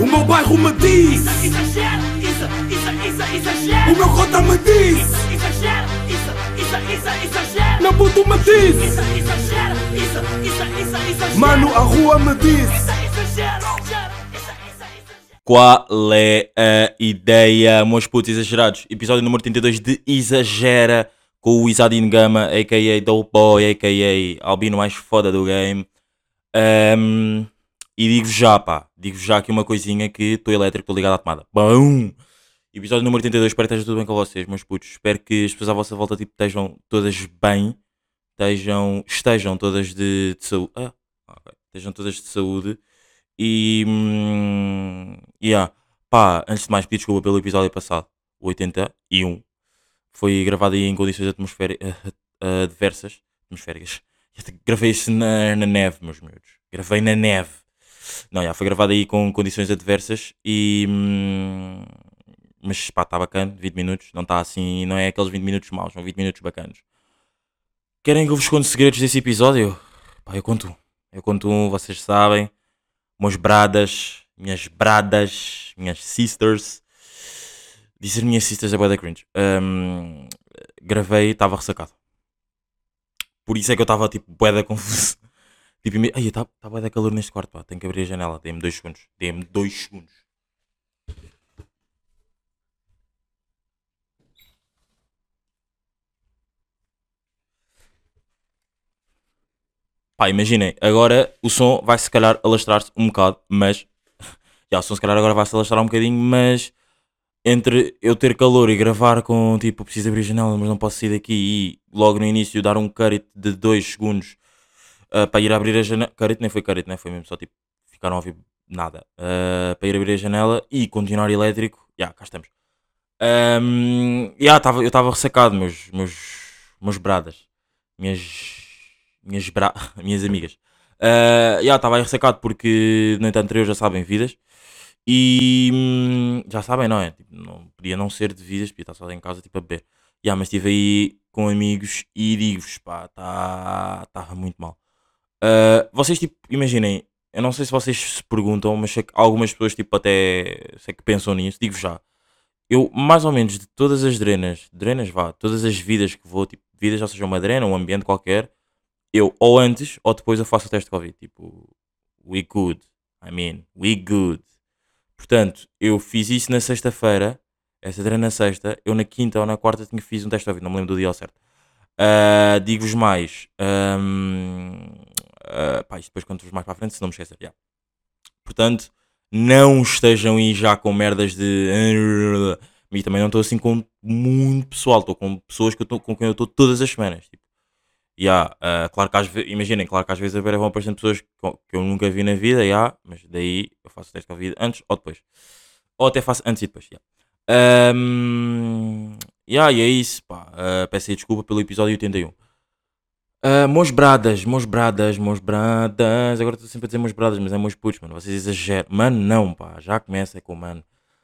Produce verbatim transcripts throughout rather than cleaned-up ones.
meu bairro me diz. Isso, exagero, isso, isso, isso, exagero. O meu cota me diz. Isso, exagero, isso, isso, isso, exagero. Meu puto me diz. Isso, exagero, isso, isso, isso, exagero. Mano, a rua me diz. Isso, exagero, exagero, isso, isso, exagero. Qual é a ideia, meus putos exagerados? Episódio número trinta e dois de Exagera, com o Isadine Gama, a k a. Dope Boy, a k a. Albino mais foda do game. Um, e digo-vos já, pá, digo-vos já aqui uma coisinha que estou elétrico, estou ligado à tomada. Bom! Episódio número trinta e dois, espero que esteja tudo bem com vocês, meus putos. Espero que as pessoas à vossa volta tipo, estejam todas bem, estejam, estejam todas de, de saúde. Ah, ok. Estejam todas de saúde. E. Hum, yeah. Pá, antes de mais, pedir desculpa pelo episódio passado, o oitenta e um. Foi gravado aí em condições atmosféricas adversas. Atmosféricas. Gravei isso na, na neve, meus miúdos. Gravei na neve. Não, já foi gravado aí com condições adversas e. Hum, mas pá, está bacana, vinte minutos. Não está assim, não é aqueles vinte minutos maus, são vinte minutos bacanos. Querem que eu vos conte segredos desse episódio? Pá, eu conto um. Eu conto um, vocês sabem. Meus bradas, minhas bradas, minhas sisters. Dizer minhas sisters é bué da cringe. Um, gravei e estava ressacado. Por isso é que eu estava tipo bué da confuso. Tipo, ai, está tá bué da calor neste quarto, pá. Tenho que abrir a janela. Dê-me dois segundos. Dê-me dois segundos. Pá, imaginem. Agora o som vai se calhar alastrar-se um bocado, mas... Já, o som se calhar agora vai se alastrar um bocadinho, mas... Entre eu ter calor e gravar com, tipo, preciso abrir a janela, mas não posso sair daqui e logo no início dar um cut de dois segundos uh, para ir abrir a janela. Cut nem foi cut, né? Foi mesmo só tipo, ficaram a ouvir nada. Uh, para ir abrir a janela e continuar elétrico. Já, yeah, cá estamos. Um, yeah, tava, eu estava ressacado, meus, meus, meus bradas. Minhas, minhas, bra... minhas amigas. Uh, yeah, estava aí ressacado porque, no entanto, anterior já sabem, vidas. E hum, já sabem, não é? Tipo, não, podia não ser de vidas, podia estar só em casa tipo a beber. Yeah, mas estive aí com amigos e digo-vos, pá, estava tá, muito mal. Uh, vocês, tipo, imaginem, eu não sei se vocês se perguntam, mas sei que algumas pessoas, tipo, até sei que pensam nisso, digo já. Eu, mais ou menos, de todas as drenas, drenas vá, todas as vidas que vou, tipo, vidas, ou seja, uma drena, um ambiente qualquer, eu, ou antes, ou depois eu faço o teste de Covid. Tipo, we good. I mean, we good. Portanto, eu fiz isso na sexta-feira, essa era na sexta, eu na quinta ou na quarta tinha fiz um teste de Covid, não me lembro do dia ao certo. Uh, digo-vos mais, um, uh, pá, isto depois conto-vos mais para a frente, se não me esquecer. Yeah. Portanto, não estejam aí já com merdas de... E também não estou assim com muito pessoal, estou com pessoas que eu tô, com quem eu estou todas as semanas. Tipo. Yeah, uh, claro que às vezes, imaginem, claro que às vezes vão aparecendo pessoas que, que eu nunca vi na vida, yeah, mas daí eu faço o teste de Covid antes ou depois. Ou até faço antes e depois. Yeah. Um, yeah, e é isso, pá. Uh, peço aí desculpa pelo episódio oitenta e um. Uh, Mos bradas, mos bradas, mos bradas. Agora estou sempre a dizer mos bradas, mas é mos putos, mano. Vocês exageram. Mano, não, pá. Já começa com mano.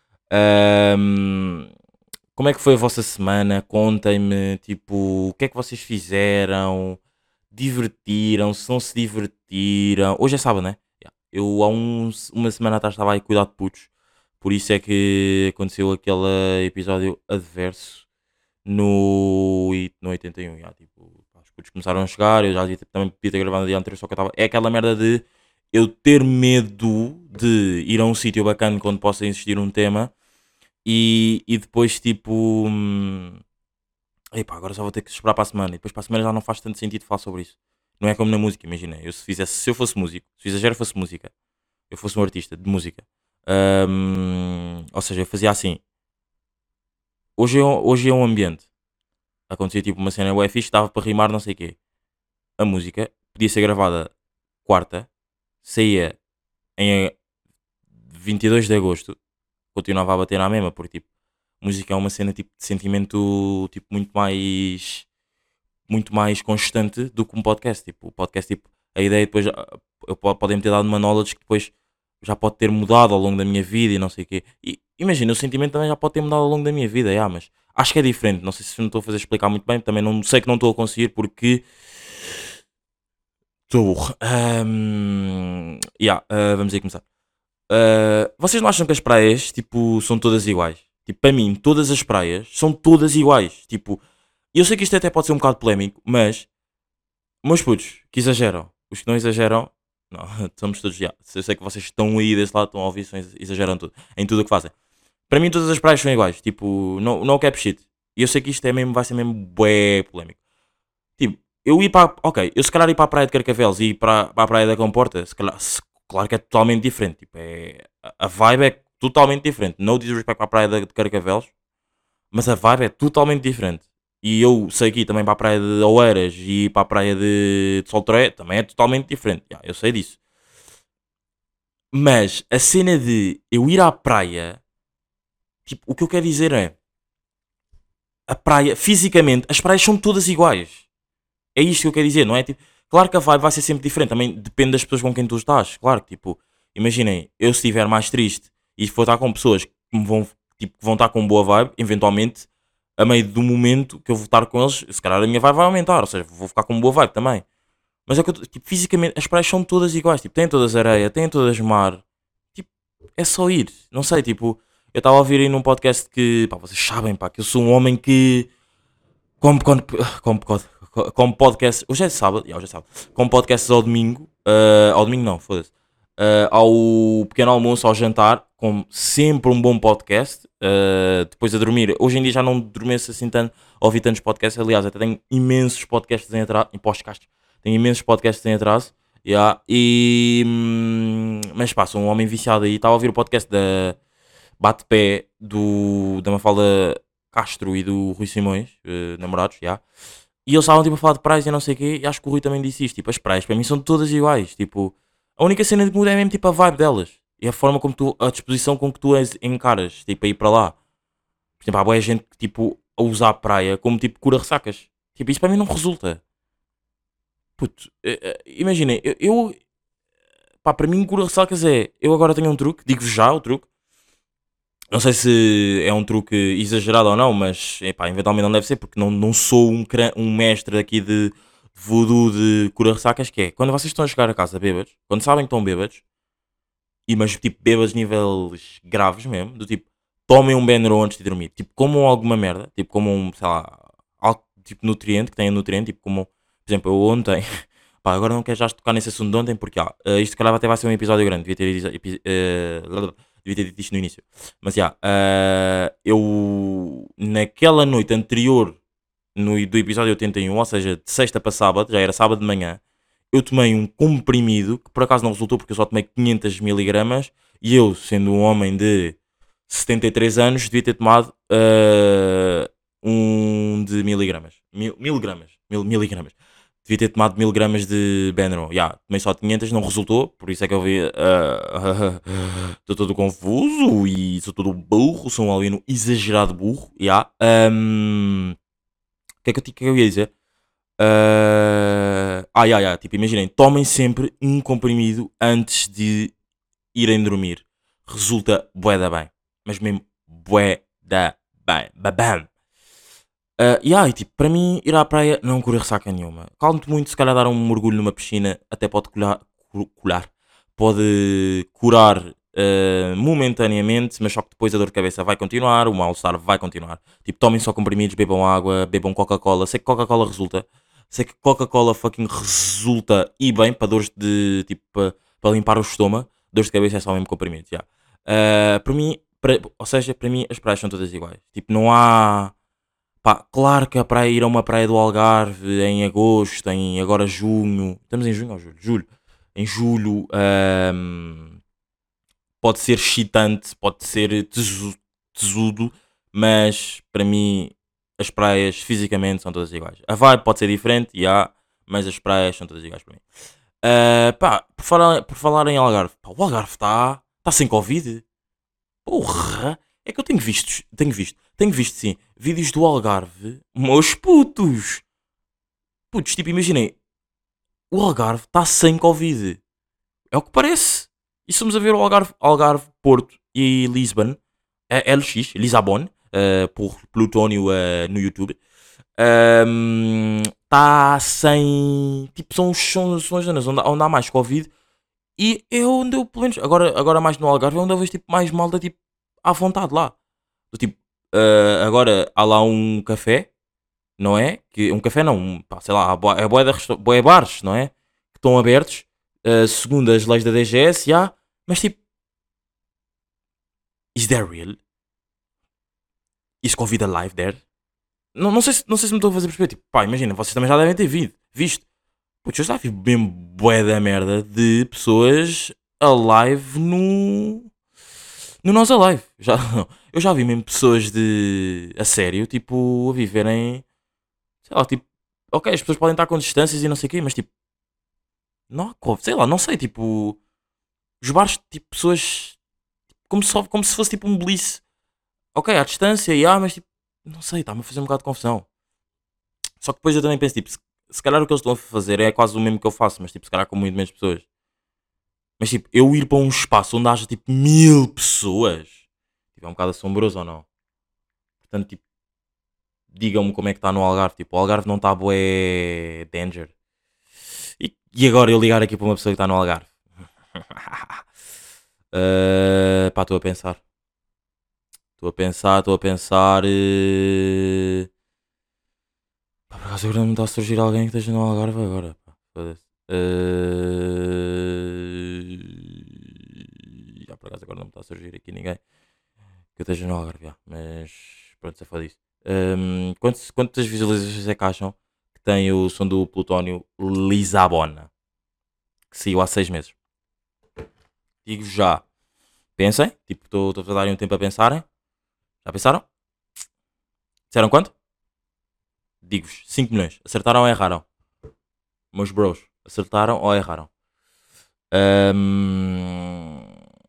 Um, Como é que foi a vossa semana? Contem-me, tipo, o que é que vocês fizeram? Divertiram-se? Não se divertiram? Hoje é sábado, né? Yeah. Eu há uns, uma semana atrás estava aí a cuidar de putos. Por isso é que aconteceu aquele episódio adverso no, no oitenta e um. Yeah, tipo, os putos começaram a chegar, eu já devia ter- também podia ter gravado no dia anterior, só que eu estava... É aquela merda de eu ter medo de ir a um sítio bacana quando possa existir um tema e, e depois tipo... hum, Epá, agora só vou ter que esperar para a semana. E depois para a semana já não faz tanto sentido falar sobre isso. Não é como na música, imagina. Eu se fizesse, se eu fosse músico, se o Exagero fosse música, eu fosse um artista de música. hum, ou seja, eu fazia assim. Hoje é, um- hoje é um ambiente. Acontecia tipo uma cena ué fixe, estava para rimar não sei o quê. A música podia ser gravada quarta, saía em eh, vinte e dois de agosto, continuava a bater na mesma, porque tipo, música é uma cena tipo de sentimento tipo muito mais muito mais constante do que um podcast. Tipo, o podcast, tipo, a ideia depois ah, eu po- podem-me ter dado uma knowledge que depois já pode ter mudado ao longo da minha vida e não sei o quê. E imagina, o sentimento também já pode ter mudado ao longo da minha vida, yeah, mas acho que é diferente. Não sei se não estou a fazer explicar muito bem, também não sei que não estou a conseguir porque estou burro. Ahm, yeah, ah, vamos aí começar. Uh, vocês não acham que as praias, tipo, são todas iguais? Tipo, para mim, todas as praias são todas iguais. Tipo, eu sei que isto até pode ser um bocado polémico, mas, meus putos, que exageram. Os que não exageram, não, estamos todos já. Eu sei que vocês estão aí desse lado, estão a ouvir, são, exageram tudo, em tudo o que fazem. Para mim, todas as praias são iguais. Tipo, no, no cap shit. E eu sei que isto é mesmo, vai ser mesmo bué polémico. Tipo, eu ir para. Ok, eu se calhar ir para a praia de Carcavelos e ir para, para a praia da Comporta, se calhar, se- claro que é totalmente diferente. Tipo, é, a a vibe é totalmente diferente. No disrespect para a praia de, de Carcavelos, mas a vibe é totalmente diferente. E eu sei que ir também para a praia de Oeiras e ir para a praia de, de Soltoré também é totalmente diferente. Já, eu sei disso. Mas a cena de eu ir à praia, tipo, o que eu quero dizer é. A praia, fisicamente, as praias são todas iguais. É isto que eu quero dizer, não é? Tipo, claro que a vibe vai ser sempre diferente, também depende das pessoas com quem tu estás. Claro que, tipo, imaginem, eu se estiver mais triste e for estar com pessoas que me vão, tipo, que vão estar com boa vibe, eventualmente, a meio do momento que eu vou estar com eles, se calhar a minha vibe vai aumentar, ou seja, vou ficar com boa vibe também. Mas é que eu, tô- tipo, fisicamente, as praias são todas iguais, tipo, têm todas areia, têm todas mar, tipo, é só ir, não sei, tipo, eu estava a ouvir aí num podcast que, pá, vocês sabem, pá, que eu sou um homem que como, como, como, como, como podcast. Hoje é sábado, yeah, hoje é sábado. Como podcasts ao domingo. ah, ao domingo não, foda-se. ah, ao pequeno almoço, ao jantar. Com sempre um bom podcast. ah, depois a dormir. Hoje em dia já não adormeço assim tanto. Ouvi tantos podcasts. Aliás, até tenho imensos podcasts em atraso. Em podcasts. Tenho imensos podcasts em atraso. Yeah, e, hum, mas pá, sou um homem viciado aí. Estava a ouvir o podcast da Bate-Pé do, da Mafalda Castro e do Rui Simões, eh, namorados, já. E eles estavam tipo a falar de praias e não sei o quê, e acho que o Rui também disse isto, tipo, as praias para mim são todas iguais, tipo, a única cena que muda é mesmo tipo a vibe delas, e a forma como tu, a disposição com que tu as encaras, tipo, a ir para lá. Por exemplo, há boa gente que tipo, a usar a praia como tipo cura ressacas. Tipo, isso para mim não resulta. Puto, eh, eh, imaginem, eu, eu pá, para mim cura ressacas é, eu agora tenho um truque, digo-vos já o truque. Não sei se é um truque exagerado ou não, mas epá, eventualmente não deve ser, porque não, não sou um, cra- um mestre aqui de voodoo de cura ressacas, que é quando vocês estão a chegar a casa bêbados, quando sabem que estão bêbados, e mas tipo bêbados níveis graves mesmo, do tipo, tomem um Benro antes de dormir, tipo, comam alguma merda, tipo, comam, sei lá, algo tipo nutriente, que tenha nutriente, tipo, como, por exemplo, eu ontem, pá, agora não quero já tocar nesse assunto de ontem, porque ah, eh, isto, calhar, até vai ser um episódio grande, devia ter, epi- eh, devia ter dito isto no início. Mas já, ah, eu naquela noite anterior no, do episódio oitenta e um, ou seja, de sexta para sábado, já era sábado de manhã, eu tomei um comprimido que por acaso não resultou porque eu só tomei quinhentos miligramas e eu, sendo um homem de setenta e três anos, devia ter tomado ah, um de miligramas. Mil, miligramas. Mil, miligramas. Devia ter tomado miligramas de Benadryl. Já, yeah, tomei só quinhentos, não resultou, por isso é que eu vi. Estou todo confuso e sou todo burro, sou um alino exagerado burro. Já. Um, o que é que eu, ti- que é que eu ia dizer? Ah, ah, yeah, yeah, tipo, imaginem, tomem sempre um comprimido antes de irem dormir. Resulta bué da bem. Mas mesmo bué da bem. Babam. Ah, e aí, tipo, para mim, ir à praia não cura ressaca nenhuma. Calmo-te muito, se calhar dar um mergulho numa piscina até pode colar, cu- colar, pode curar ah, momentaneamente, mas só que depois a dor de cabeça vai continuar, o mal-estar vai continuar. Tipo, tomem só comprimidos, bebam água, bebam Coca-Cola. Sei que Coca-Cola resulta, sei que Coca-Cola fucking resulta e bem para dores de, tipo, para, para limpar o estômago. Dores de cabeça é só mesmo comprimidos, já. Ah, para mim, para- ou seja, para mim as praias são todas iguais. Tipo, não há. Pá, claro que a praia, ir a uma praia do Algarve em agosto, em agora junho, estamos em junho ou julho? Julho. Em julho, ahm, pode ser excitante, pode ser tesu- tesudo, mas para mim as praias fisicamente são todas iguais. A vibe pode ser diferente, já, mas as praias são todas iguais para mim. Ah, pá, por falar, por falar em Algarve, pá, o Algarve está tá sem Covid. Porra! É que eu tenho visto, tenho visto, tenho visto sim, vídeos do Algarve, meus putos! Putos, tipo, imaginem, o Algarve está sem Covid. É o que parece. E se formos a ver o Algarve, Algarve, Porto e Lisbon, é L X, Lisabon, eh, por Plutónio eh, no YouTube, está sem. Tipo, são, os- são, são as zonas onde, há- onde há mais Covid E é onde eu, pelo menos, agora, agora mais no Algarve, é onde eu vejo tipo, mais malta tipo, à vontade lá. Do tipo, ah, agora há lá um café, não é? Que, um café não, um, pá, sei lá, há boa, é boa, de resta- bué bares, não é? Que estão abertos, ah, segundo as leis da D G S, já, mas tipo, is that real? Is Covid alive there? Não, não, sei se, não sei se me estou a fazer perceber, tipo, pá, imagina, vocês também já devem ter visto, visto. Putz, eu já vi bem bué da merda de pessoas alive no. No nosso alive. Já, eu já vi mesmo pessoas de. A sério, tipo, a viverem. Sei lá, tipo. Ok, as pessoas podem estar com distâncias e não sei o quê, mas tipo. Não há Covid, sei lá, não sei, tipo. Os bares, tipo, pessoas. Como se, como se fosse tipo um bliss. Ok, à distância, e ah, mas tipo. Não sei, está-me a fazer um bocado de confusão. Só que depois eu também penso, tipo, se, se calhar o que eles estão a fazer é quase o mesmo que eu faço, mas tipo, se calhar com muito menos pessoas. Mas tipo, eu ir para um espaço onde haja tipo mil pessoas, tipo, é um bocado assombroso ou não? Portanto, tipo, digam-me como é que está no Algarve. Tipo, o Algarve não está bué danger. E, e agora eu ligar aqui para uma pessoa que está no Algarve? Uh, pá, estou a pensar. Estou a pensar, estou a pensar. eh, Pá, por acaso agora não me está a surgir alguém que esteja no Algarve agora. Pá, foda-se. Eh, Já por acaso agora não me está a surgir aqui ninguém que eu esteja no Algarve. Já. Mas pronto, se for disso. Ehm, quantos- quantas visualizações é que acham que tem o som do Plutónio Lisabona? Que saiu há seis meses. Digo já. Pensem. Tipo, estou a dar um tempo a pensarem. Já pensaram? Disseram quanto? Digo-vos, cinco milhões. Acertaram ou erraram? Meus bros, acertaram ou erraram? Ahm,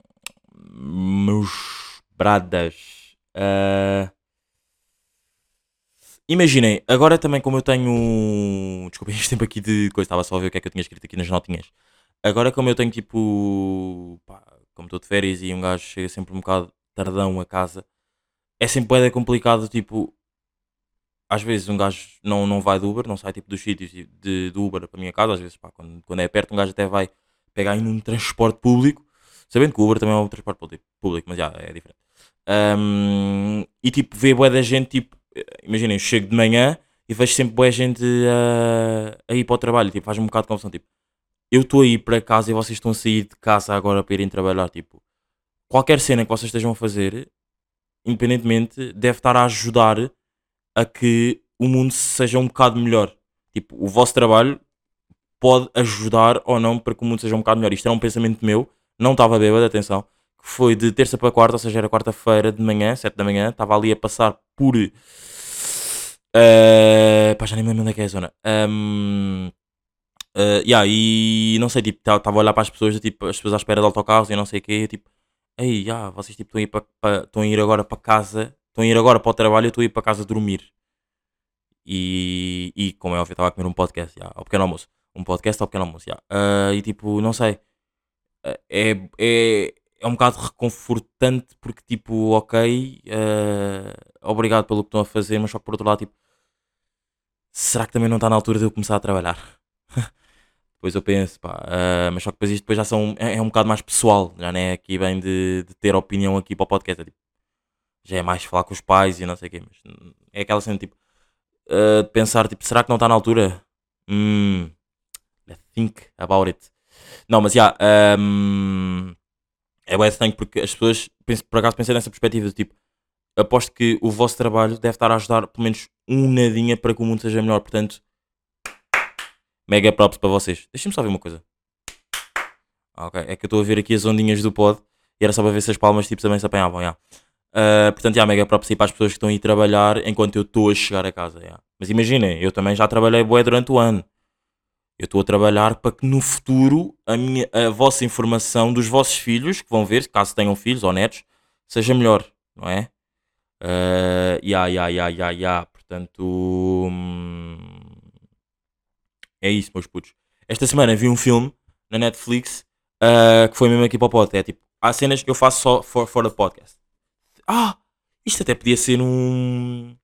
meus bradas. Ah, imaginem, agora também como eu tenho. Desculpem este tempo aqui de coisa, estava só a ver o que é que eu tinha escrito aqui nas notinhas. Agora como eu tenho tipo. Pá, como estou de férias e um gajo chega sempre um bocado tardão a casa, é sempre bué da complicado, tipo. Às vezes um gajo não, não vai de Uber, não sai tipo dos sítios e de, de Uber para a minha casa, às vezes pá, quando, quando é perto um gajo até vai pegar em um transporte público, sabendo que o Uber também é um transporte público, público, mas já é diferente. Ahm, e tipo, vê bué da gente, tipo, eh, imaginem, eu chego de manhã e vejo sempre bué gente a, a ir para o trabalho, tipo, faz-me um bocado de confusão, tipo, eu estou a ir para casa e vocês estão a sair de casa agora para irem trabalhar, tipo, qualquer cena que vocês estejam a fazer, independentemente, deve estar a ajudar a que o mundo seja um bocado melhor. Tipo, o vosso trabalho pode ajudar ou não para que o mundo seja um bocado melhor. Isto era um pensamento meu, não estava bêbado, atenção, que foi de terça para quarta, ou seja, era quarta-feira de manhã, sete da manhã, estava ali a passar por. Uh, pá, já nem me lembro onde é que é a zona. Um, uh, yeah, e não sei, tipo, estava a olhar para as pessoas, tipo, as pessoas à espera de autocarros e não sei o quê, tipo, ei, yeah, vocês tipo, estão a ir, para, para, estão a ir agora para casa, estão a ir agora para o trabalho, eu estou a ir para casa dormir. E, e como é óbvio, estava a comer um podcast, já, ao pequeno almoço. Um podcast ao pequeno almoço, já. Ah, e tipo, não sei. ah, É, é, é um bocado reconfortante porque, tipo, ok, ah, obrigado pelo que estão a fazer, mas só que por outro lado, tipo, será que também não está na altura de eu começar a trabalhar? Depois eu penso, pá, ah, mas só que depois isto depois já são, é, é um bocado mais pessoal, já não é aqui bem de, de ter opinião aqui para o podcast, é, tipo, já é mais falar com os pais e não sei o quê, mas hum, é aquela cena, tipo, ah, de pensar, tipo, será que não está na altura? Hum, let's think about it. Não, mas já, hum, é bem estranho porque as pessoas, penso, por acaso pensei nessa perspectiva, de, tipo, aposto que o vosso trabalho deve estar a ajudar pelo menos um nadinha para que o mundo seja melhor, portanto, mega props para vocês. Deixem-me só ver uma coisa. Ah, ok, é que eu estou a ver aqui as ondinhas do pod e era só para ver se as palmas tipo, também se apanhavam, já. Ah, portanto, já, mega props aí para as pessoas que estão aí a trabalhar enquanto eu estou a chegar a casa, já. Mas imaginem, eu também já trabalhei bué durante o ano. Eu estou a trabalhar para que no futuro a, minha, a vossa informação dos vossos filhos, que vão ver, caso tenham filhos ou netos, seja melhor, não é? Uh, ya, ya, ya, ya, ya. Portanto, hum, é isso, meus putos. Esta semana vi um filme na Netflix uh, que foi mesmo aqui para o podcast. É tipo, há cenas que eu faço só for, for the podcast. Ah, isto até podia ser um.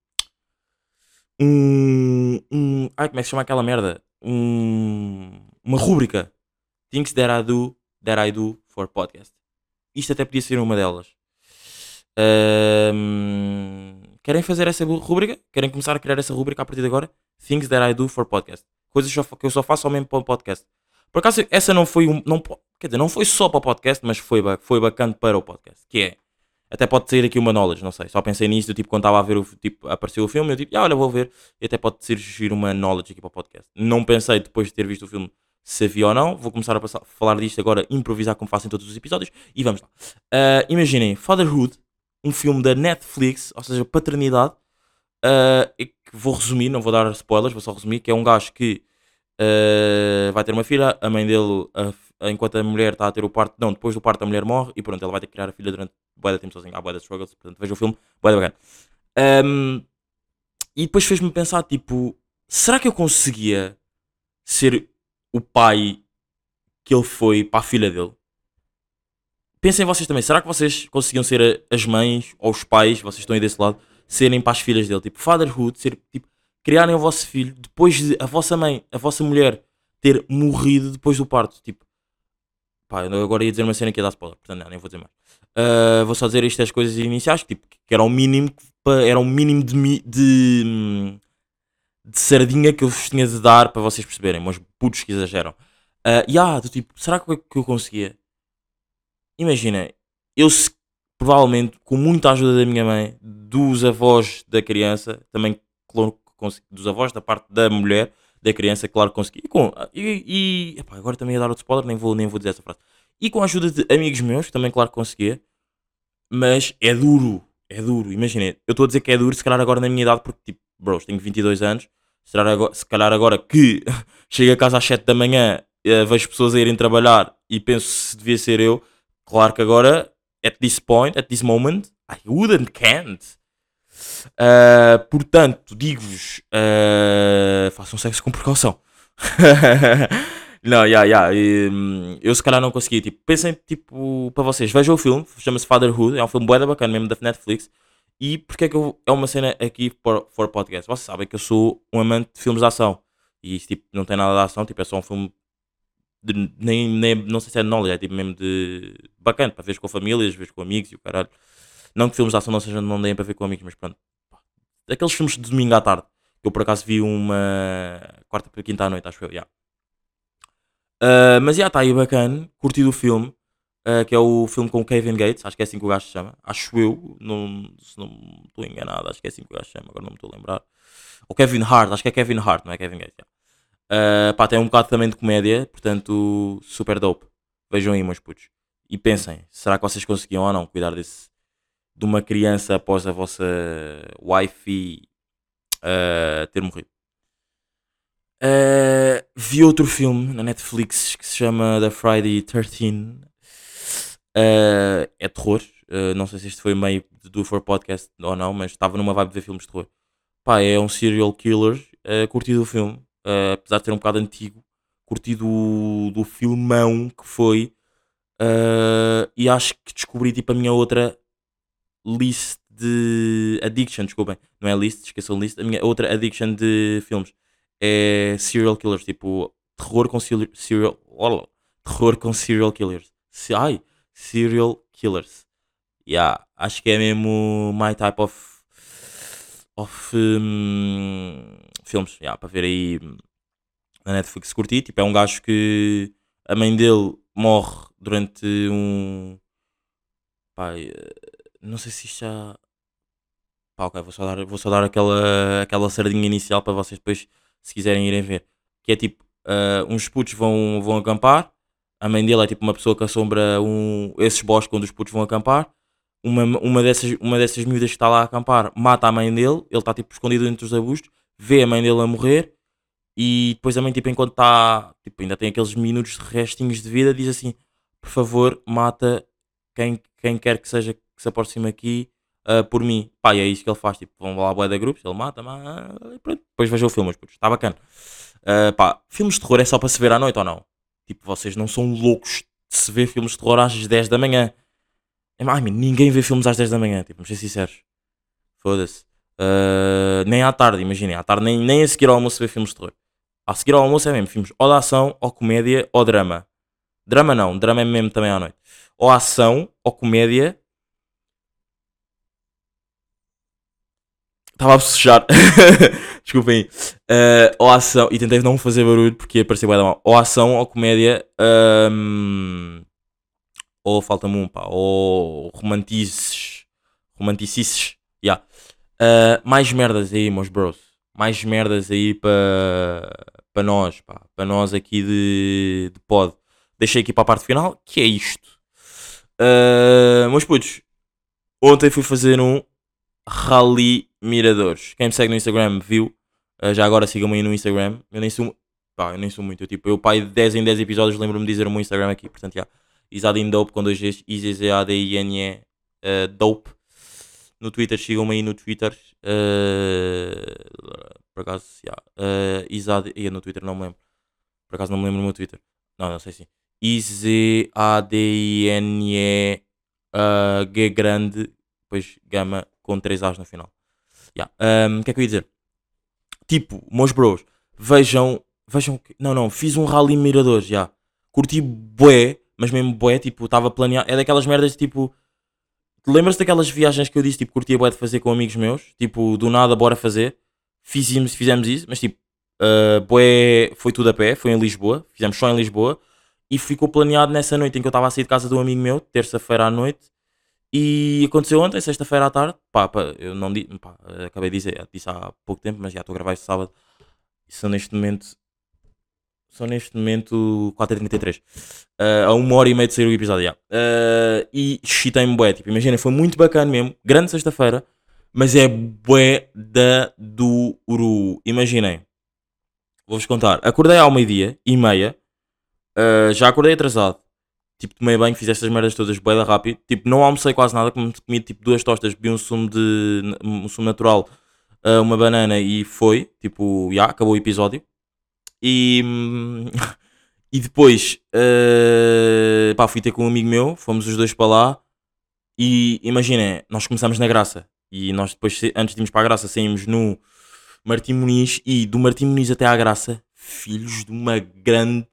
Um. um ai, como é que se chama aquela merda? Um, uma rúbrica. Things that I do That I Do for Podcast. Isto até podia ser uma delas. Ahm, querem fazer essa rubrica? Querem começar a criar essa rubrica a partir de agora? Things That I Do for Podcast. Coisas que eu só faço ao mesmo para o podcast. Por acaso, essa não foi um. Não, quer dizer, não foi só para o podcast, mas foi, foi bacana para o podcast. Que é. Até pode sair aqui uma knowledge, não sei. Só pensei nisso, tipo, quando estava a ver o. Tipo, apareceu o filme, eu tipo, ah, olha, vou ver. E até pode surgir uma knowledge aqui para o podcast. Não pensei, depois de ter visto o filme, se havia ou não. Vou começar a passar, falar disto agora, improvisar como faço em todos os episódios. E vamos lá. Uh, imaginem, Fatherhood, um filme da Netflix, ou seja, paternidade. Uh, e que vou resumir, não vou dar spoilers, vou só resumir. Que é um gajo que uh, vai ter uma filha, a mãe dele, a, enquanto a mulher está a ter o parto, não, depois do parto a mulher morre e pronto, ele vai ter que criar a filha durante bué de tempo sozinho. Há bué de struggles, portanto veja o filme, bué de bacana. Um, e depois fez-me pensar, tipo, será que eu conseguia ser o pai que ele foi para a filha dele? Pensem vocês também, será que vocês conseguiam ser a, as mães ou os pais, vocês estão aí desse lado, serem para as filhas dele? Tipo, fatherhood, ser, tipo, criarem o vosso filho depois de a vossa mãe, a vossa mulher ter morrido depois do parto. Tipo, pá, eu agora ia dizer uma cena que ia dar spoiler, portanto não, nem vou dizer mais. Uh, vou só dizer estas coisas iniciais, tipo, que era o mínimo, era o mínimo de, mi- de, de sardinha que eu vos tinha de dar para vocês perceberem, mas putos que exageram. Uh, e ah, do tipo, será que eu, que eu conseguia? Imagina, eu se- provavelmente, com muita ajuda da minha mãe, dos avós da criança, também claro, que consegui- dos avós da parte da mulher, da criança, claro que consegui. E, com, e, e- epá, agora também ia dar outro spoiler, nem vou, nem vou dizer essa frase. E com a ajuda de amigos meus, também claro que conseguia. Mas é duro, é duro. Imagina, eu estou a dizer que é duro, se calhar agora na minha idade, porque tipo, bros, tenho vinte e dois anos. Se calhar agora, se calhar agora que chego a casa às sete da manhã, eh, vejo pessoas a irem trabalhar e penso se devia ser eu. Claro que agora, at this point, at this moment, I wouldn't, can't. Uh, portanto, digo-vos, uh, façam sexo com precaução. Não, yeah, yeah, hum, eu se calhar não consegui. Tipo, pensem, tipo, para vocês, vejam o filme, chama-se Fatherhood, é um filme bué da bacana mesmo da Netflix. E porque é que eu, é uma cena aqui for, for podcast? Vocês sabem que eu sou um amante de filmes de ação. E isso tipo, não tem nada de ação, tipo, é só um filme de, nem, nem, não sei se é de knowledge, é tipo mesmo de bacana, para ver com famílias, ver com amigos e o caralho. Não que filmes de ação não sejam, não deem para ver com amigos, mas pronto. Aqueles filmes de domingo à tarde, que eu por acaso vi uma quarta para quinta à noite, acho eu, yeah. Uh, mas já está aí bacana, curti do filme, uh, que é o filme com o Kevin Gates, acho que é assim que o gajo se chama, acho eu, não, se não estou enganado, acho que é assim que o gajo se chama, agora não me estou a lembrar. Ou Kevin Hart, acho que é Kevin Hart, não é Kevin Gates. Yeah. Uh, pá, tem um bocado também de comédia, portanto, super dope. Vejam aí, meus putos. E pensem, será que vocês conseguiam ou não cuidar desse, de uma criança após a vossa wife uh, ter morrido? Uh, vi outro filme na Netflix que se chama The Friday thirteen. Uh, é terror. Uh, não sei se este foi meio de Do For Podcast ou não, mas estava numa vibe de ver filmes de terror. Pá, é um serial killer. Uh, curti do filme, uh, apesar de ser um bocado antigo. Curti do, do filmão que foi. Uh, e acho que descobri tipo a minha outra list de addiction. Desculpem, não é list, esqueçam list. A minha outra addiction de filmes é serial killers, tipo terror com serial, serial oh, terror com serial killers. Se, ai, serial killers. Yeah, acho que é mesmo my type of of um, filmes, yeah, para ver aí na Netflix curti. Tipo, é um gajo que a mãe dele morre durante um pá, não sei se isto já pá, ok, vou só dar, vou só dar aquela, aquela sardinha inicial para vocês depois, se quiserem irem ver. Que é tipo, uh, uns putos vão, vão acampar, a mãe dele é tipo uma pessoa que assombra um, esses bosques onde os putos vão acampar. Uma, uma, dessas, uma dessas miúdas que está lá a acampar mata a mãe dele, ele está tipo escondido entre os arbustos, vê a mãe dele a morrer e depois a mãe, tipo, enquanto está, tipo, ainda tem aqueles minutos de restinhos de vida, diz assim: por favor, mata quem, quem quer que seja que se aproxime aqui uh, por mim. Pá, e é isso que ele faz. Tipo, vão lá a bué de grupos, ele mata, mata e pronto. Depois vejam o filme, mas putos, está bacana. Uh, pá, filmes de terror é só para se ver à noite ou não? Tipo, vocês não são loucos de se ver filmes de terror às dez da manhã. Ai, man, ninguém vê filmes às dez da manhã, tipo, vamos ser sinceros. Foda-se. Uh, nem à tarde, imaginem. À tarde, nem, nem a seguir ao almoço vê filmes de terror. A seguir ao almoço é mesmo filmes ou de ação, ou comédia, ou drama. Drama não, drama é mesmo também à noite. Ou ação, ou comédia. Estava a bocejar. Desculpem. Uh, ou ação. E tentei não fazer barulho porque ia parecer bué da mal. Ou ação, ou comédia. Um, ou falta-me um, pá. Ou romantices. Romanticices. Yeah. Uh, mais merdas aí, meus bros. Mais merdas aí para para nós, pá. Para nós aqui de, de pod. Deixei aqui para a parte final, que é isto. Uh, meus putos, ontem fui fazer um Rally Miradores. Quem me segue no Instagram viu. Uh, já agora sigam-me aí no Instagram. Eu nem sou, pá, eu nem sou muito. Eu, tipo, eu, pai, de dez em dez episódios lembro-me de dizer o meu Instagram aqui. Portanto, já. Isadin Dope com dois Gs. I Z Z A D I N E uh, Dope. No Twitter, sigam-me aí no Twitter. Uh, por acaso, já. Uh, Isad... Ia no Twitter, não me lembro. Por acaso não me lembro no meu Twitter. Não, não sei sim. I Z A D I N E uh, G grande. Depois gama com três As no final. Yeah. Um, o que é que eu ia dizer? Tipo, meus bros, vejam. Vejam. Não, não, fiz um rally miradores, já. Yeah. Curti bué, mas mesmo bué, tipo, estava planeado. É daquelas merdas tipo. Lembras-te daquelas viagens que eu disse, tipo, curtia bué de fazer com amigos meus? Tipo, do nada, bora fazer. Fizemos, fizemos isso, mas tipo, uh, bué, foi tudo a pé, foi em Lisboa. Fizemos só em Lisboa. E ficou planeado nessa noite em que eu estava a sair de casa de um amigo meu, terça-feira à noite. E aconteceu ontem, sexta-feira à tarde. Pá, pá, eu não disse, pá, acabei de dizer, disse há pouco tempo, mas já estou a gravar este sábado. E são neste momento, são neste momento quatro e trinta e três. Uh, a uma hora e meia de sair o episódio, já. Uh, e chitei-me bué, tipo, imagina, foi muito bacana mesmo, grande sexta-feira, mas é bué da duro. Imaginem, vou-vos contar, acordei ao meio-dia e meia, uh, já acordei atrasado. Tipo, tomei banho, fiz estas merdas todas bué da rápido. Tipo, não almocei quase nada, comi, comi tipo duas tostas, bebi um sumo de um sumo natural, uh, uma banana e foi. Tipo, já, acabou o episódio. E, e depois, uh, pá, fui ter com um amigo meu, fomos os dois para lá. E imaginem, nós começamos na Graça. E nós depois, antes de irmos para a Graça, saímos no Martim Muniz. E do Martim Muniz até à Graça, filhos de uma grande...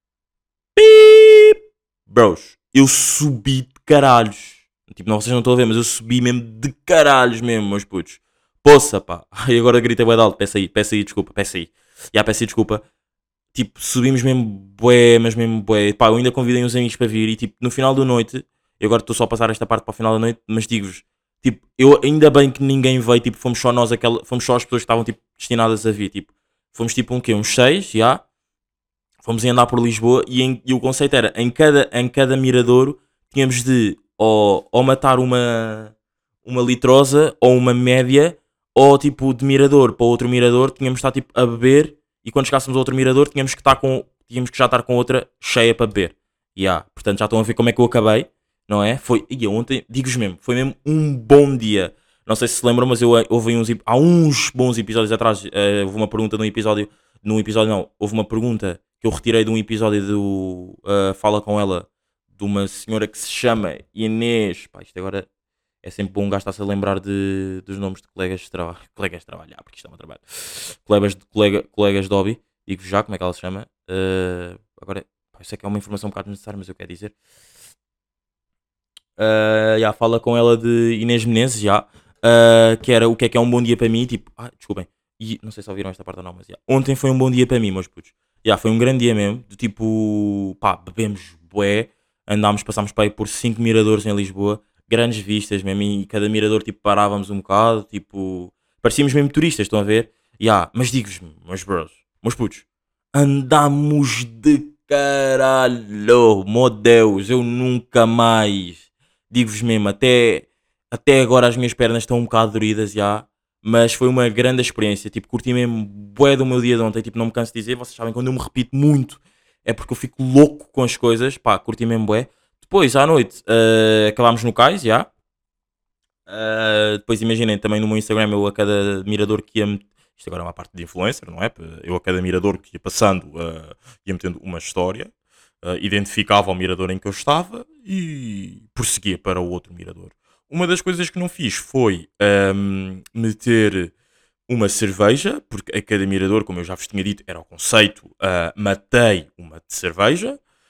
Bros, eu subi de caralhos. Tipo, não, vocês não estão a ver, mas eu subi mesmo de caralhos mesmo, meus putos. Poça, pá. E agora gritei bué de alto. Peço aí, peço aí, desculpa, peço aí. Já, peço aí, desculpa. Tipo, subimos mesmo bué, mas mesmo bué. Pá, eu ainda convidei uns amigos para vir e tipo, no final da noite, eu agora estou só a passar esta parte para o final da noite, mas digo-vos, tipo, eu ainda bem que ninguém veio, tipo, fomos só nós, aquela, fomos só as pessoas que estavam, tipo, destinadas a vir, tipo, fomos tipo um quê? Uns seis, já. Fomos a andar por Lisboa e, em, e o conceito era, em cada, em cada miradouro tínhamos de ou, ou matar uma, uma litrosa ou uma média, ou tipo de mirador para outro mirador tínhamos de estar tipo a beber, e quando chegássemos a outro mirador tínhamos que, estar com, tínhamos que já estar com outra cheia para beber. Yeah. Portanto já estão a ver como é que eu acabei, não é? Foi, e ontem, digo-vos mesmo, foi mesmo um bom dia. Não sei se se lembram, mas eu houve uns, há uns bons episódios atrás, uh, houve uma pergunta num episódio, num episódio não, houve uma pergunta que eu retirei de um episódio do uh, Fala Com Ela, de uma senhora que se chama Inês. Pá, isto agora é sempre bom um gajo estar-se a lembrar de, dos nomes de colegas de trabalho. Colegas de trabalho, ah, porque isto é um trabalho. Colegas de, colega, colegas de hobby. Digo já como é que ela se chama. Uh, agora, pá, eu sei que é uma informação um bocado necessária, mas eu quero dizer. Uh, já, fala com ela de Inês Menezes, já. Uh, que era o que é que é um bom dia para mim. Tipo, ah, desculpem. E não sei se ouviram esta parte ou não, mas já. Ontem foi um bom dia para mim, meus putos. Já, foi um grande dia mesmo, de tipo, pá, bebemos bué, andámos, passámos para aí por cinco miradores em Lisboa, grandes vistas mesmo, e cada mirador, tipo, parávamos um bocado, tipo, parecíamos mesmo turistas, estão a ver? Já, mas digo-vos, meus bros, meus putos, andámos de caralho, meu Deus, eu nunca mais, digo-vos mesmo, até, até agora as minhas pernas estão um bocado doridas, já. Mas foi uma grande experiência, tipo, curti mesmo bué do meu dia de ontem, tipo, não me canso de dizer, vocês sabem, quando eu me repito muito, é porque eu fico louco com as coisas, pá, curti mesmo bué. Depois, à noite, uh, acabámos no cais, já. Uh, depois, imaginem, também no meu Instagram, eu a cada mirador que ia... Isto agora é uma parte de influencer, não é? Eu a cada mirador que ia passando, uh, ia metendo uma história, uh, identificava o mirador em que eu estava e prosseguia para o outro mirador. Uma das coisas que não fiz foi um, meter uma cerveja, porque a cada mirador, como eu já vos tinha dito, era o conceito, uh, matei uma de cerveja.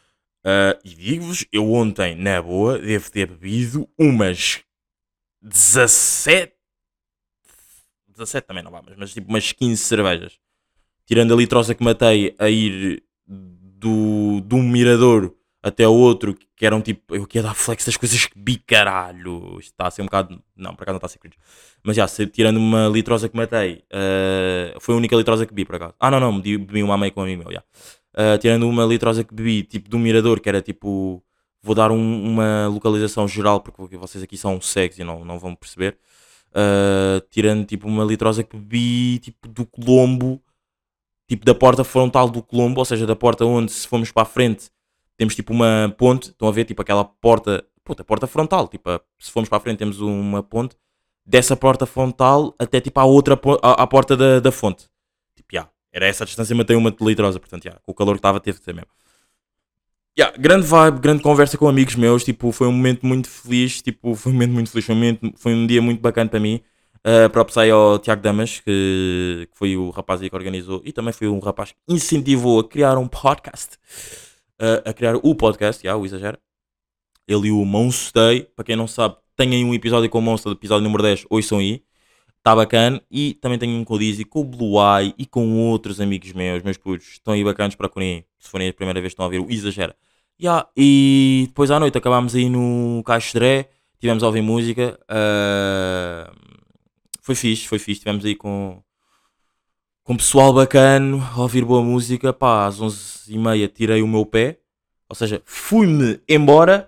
Uh, e digo-vos, eu ontem, na boa, devo ter bebido umas dezassete. dezassete também não vá, mas, mas tipo umas quinze cervejas. Tirando a litrosa que matei a ir do, do um mirador até o outro, que eram tipo. Eu queria dar flex das coisas que bi, caralho. Isto está a ser um bocado. Não, por acaso não está a ser cringe. Mas já, se- tirando uma litrosa que matei, uh, foi a única litrosa que bebi, por acaso. Ah, não, não, bebi bebi uma a meio com um amigo meu, já. Uh, tirando uma litrosa que bebi, tipo do mirador, que era tipo. Vou dar um- uma localização geral, porque vocês aqui são cegos e não, não vão perceber. Uh, tirando tipo uma litrosa que bebi, tipo do Colombo, tipo da porta frontal do Colombo, ou seja, da porta onde se formos para a frente temos tipo uma ponte, estão a ver tipo aquela porta, puta, porta frontal, tipo, a- se formos para a frente temos uma ponte, dessa porta frontal até tipo à outra, po- à, à porta da, da fonte, tipo, já, era essa a distância, matei uma litrosa, portanto, já, com o calor que estava teve de ser mesmo. Já, grande vibe, grande conversa com amigos meus, tipo, foi um momento muito feliz, tipo, foi um momento muito feliz, foi um, momento, foi um dia muito bacana para mim. Uh, próprio aí ao Tiago Damas, que, que foi o rapaz aí que organizou, e também foi um rapaz que incentivou a criar um podcast, uh, a criar o podcast, já, o Exagera. Ele e o Monstei, para quem não sabe, tem aí um episódio com o Monster, episódio número dez, ouçam aí, está bacana. E também tenho um com o Dizzy, com o Blue Eye e com outros amigos meus, meus putos, estão aí bacanas para procurem, se forem a primeira vez que estão a ver o Exagera. Ya, e depois à noite acabámos aí no Caixo Dré, tivemos a ouvir música, uh, foi fixe, foi fixe, estivemos aí com, com pessoal bacano, a ouvir boa música, pá, às onze e meia tirei o meu pé, ou seja, fui-me embora,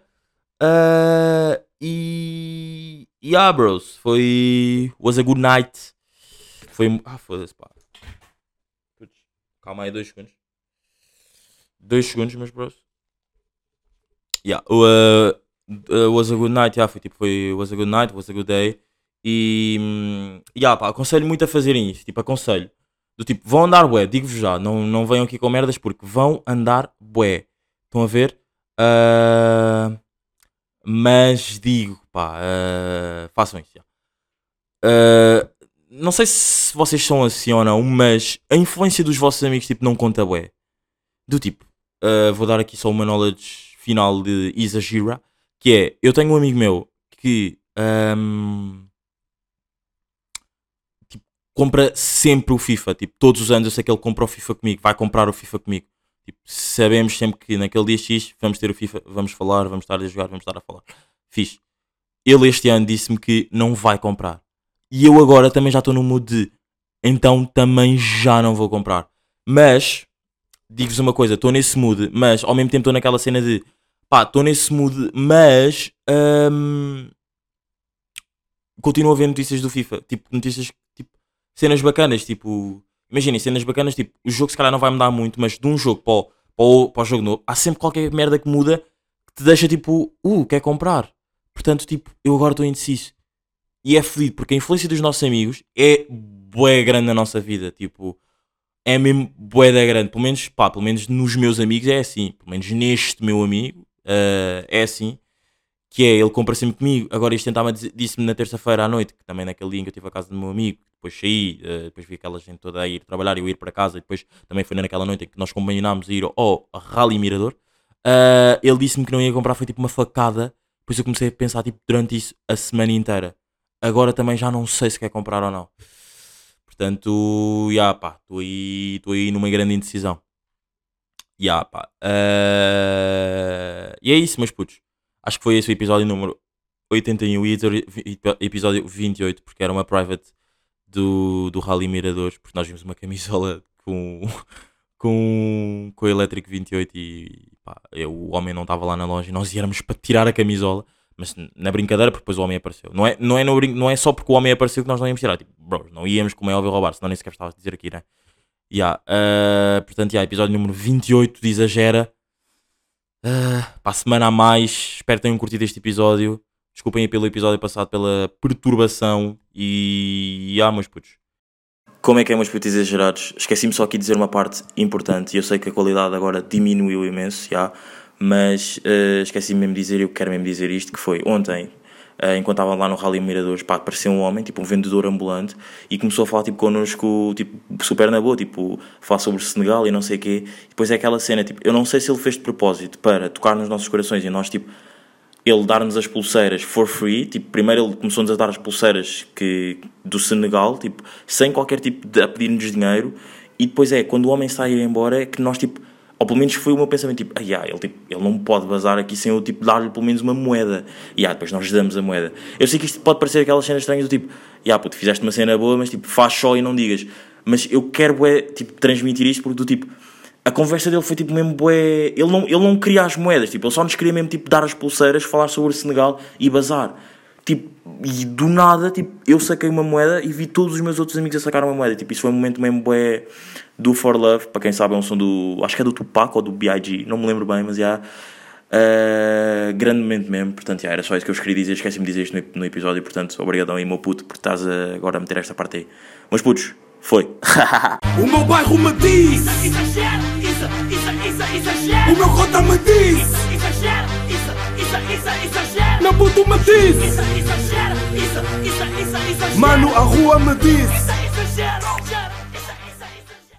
uh, e... e ah, bros, foi... was a good night, foi... ah, foda-se, pá. Putz, calma aí, dois segundos. Dois segundos, meus bros. Yeah, uh, uh, was a good night, yeah, foi tipo, foi, was a good night, was a good day. E, hum, yeah, pá, aconselho muito a fazerem isso, tipo, aconselho. Do tipo, vão andar bué, digo-vos já, não, não venham aqui com merdas porque vão andar bué. Estão a ver? Ah, mas digo, pá, ah, façam isso, já. Ah, não sei se vocês são assim ou não, mas a influência dos vossos amigos, tipo, não conta bué. Do tipo, ah, vou dar aqui só uma knowledge final de Exagera, que é, eu tenho um amigo meu que ahm, tipo, compra sempre o FIFA, tipo, todos os anos eu sei que ele compra o FIFA comigo, vai comprar o FIFA comigo. Tipo, sabemos sempre que naquele dia X vamos ter o FIFA, vamos falar, vamos estar a jogar, vamos estar a falar. Fixe. Ele este ano disse-me que não vai comprar. E eu agora também já estou no mood de, então também já não vou comprar. Mas digo-vos uma coisa, estou nesse mood, mas ao mesmo tempo estou naquela cena de pá, estou nesse mood, mas hum, continuo a ver notícias do FIFA, tipo, notícias, tipo, cenas bacanas, tipo, imaginem, cenas bacanas, tipo, o jogo se calhar não vai mudar muito, mas de um jogo para o, para o, para o jogo novo, há sempre qualquer merda que muda que te deixa tipo, uh, quer comprar. Portanto, tipo, eu agora estou indeciso. E é fodido, porque a influência dos nossos amigos é bué grande na nossa vida, tipo, é mesmo bué da grande, pelo menos, pá, pelo menos nos meus amigos é assim, pelo menos neste meu amigo, eh, é assim, que é, ele compra sempre comigo, agora isto tentava disse-me na terça-feira à noite, que também naquele dia em que eu estive à casa do meu amigo, depois saí, eh, depois vi aquela gente toda a ir trabalhar e eu ir para casa, e depois também foi naquela noite em que nós combinámos ir ao Rally Mirador, eh, ele disse-me que não ia comprar, foi tipo uma facada, depois eu comecei a pensar tipo, durante isso a semana inteira, agora também já não sei se quer comprar ou não. Portanto, já pá, estou aí, estou aí numa grande indecisão. Já pá. eh, E é isso, meus putos. Acho que foi esse o episódio número oitenta e um e o episódio vinte e oito, porque era uma private do, do Rally Miradores, porque nós vimos uma camisola com, com, com o Elétrico vinte e oito e pá, eu, o homem não estava lá na loja e nós íamos para tirar a camisola, mas na brincadeira, porque depois o homem apareceu. Não é, não é, no, brin- não é só porque o homem apareceu que nós não íamos tirar, tipo, bro, não íamos como é óbvio roubar, senão nem sequer estava a dizer aqui, né? Yeah, uh, portanto, yeah, episódio número vinte e oito de Exagera. Uh, para a semana a mais, espero que tenham curtido este episódio. Desculpem aí pelo episódio passado, pela perturbação. E. Ah, meus putos. Como é que é, meus putos exagerados? Esqueci-me só aqui de dizer uma parte importante. E eu sei que a qualidade agora diminuiu imenso, já. Mas uh, esqueci-me mesmo de dizer, eu quero mesmo dizer isto, que foi ontem. uh, enquanto estava lá no Rally Miradores, pá, apareceu um homem, tipo um vendedor ambulante, e começou a falar tipo, connosco, tipo, super na boa, tipo, falar sobre o Senegal e não sei o quê. E depois é aquela cena, tipo, eu não sei se ele fez de propósito para tocar nos nossos corações e nós, tipo, ele dar-nos as pulseiras for free, tipo, primeiro ele começou-nos a dar as pulseiras que, do Senegal, tipo, sem qualquer tipo de, a pedir-nos dinheiro, e depois é, quando o homem sai a ir embora, é que nós, tipo, ou pelo menos foi o meu pensamento, tipo, ah, yeah, ele, tipo, ele não pode vazar aqui sem eu, tipo, dar-lhe pelo menos uma moeda, e yeah, depois nós damos a moeda. Eu sei que isto pode parecer aquelas cenas estranhas do tipo, yeah, puto, fizeste uma cena boa, mas, tipo, faz só e não digas, mas eu quero, é, tipo, transmitir isto porque, do tipo, a conversa dele foi tipo mesmo bué... Ele não, ele não queria as moedas, tipo, ele só nos queria mesmo tipo, dar as pulseiras, falar sobre o Senegal e bazar. Tipo, e do nada, tipo, eu saquei uma moeda e vi todos os meus outros amigos a sacar uma moeda. Tipo, isso foi um momento mesmo bué do For Love, para quem sabe é um som do... Acho que é do Tupac ou do B I G, não me lembro bem, mas já... Uh, grandemente mesmo, portanto, já, era só isso que eu queria dizer. Esqueci-me de dizer isto no, no episódio, portanto, obrigadão aí, meu puto, por estás a, agora a meter esta parte aí. Mas putos, foi. O meu bairro me diz, Exagero, isso, isso, isso, exagero. o meu cota me diz, Exagero, isso, isso, isso, exagero. meu puto me diz, Isso, exagero, isso, isso, isso, exagero. mano, a rua me diz. Isso, exagero.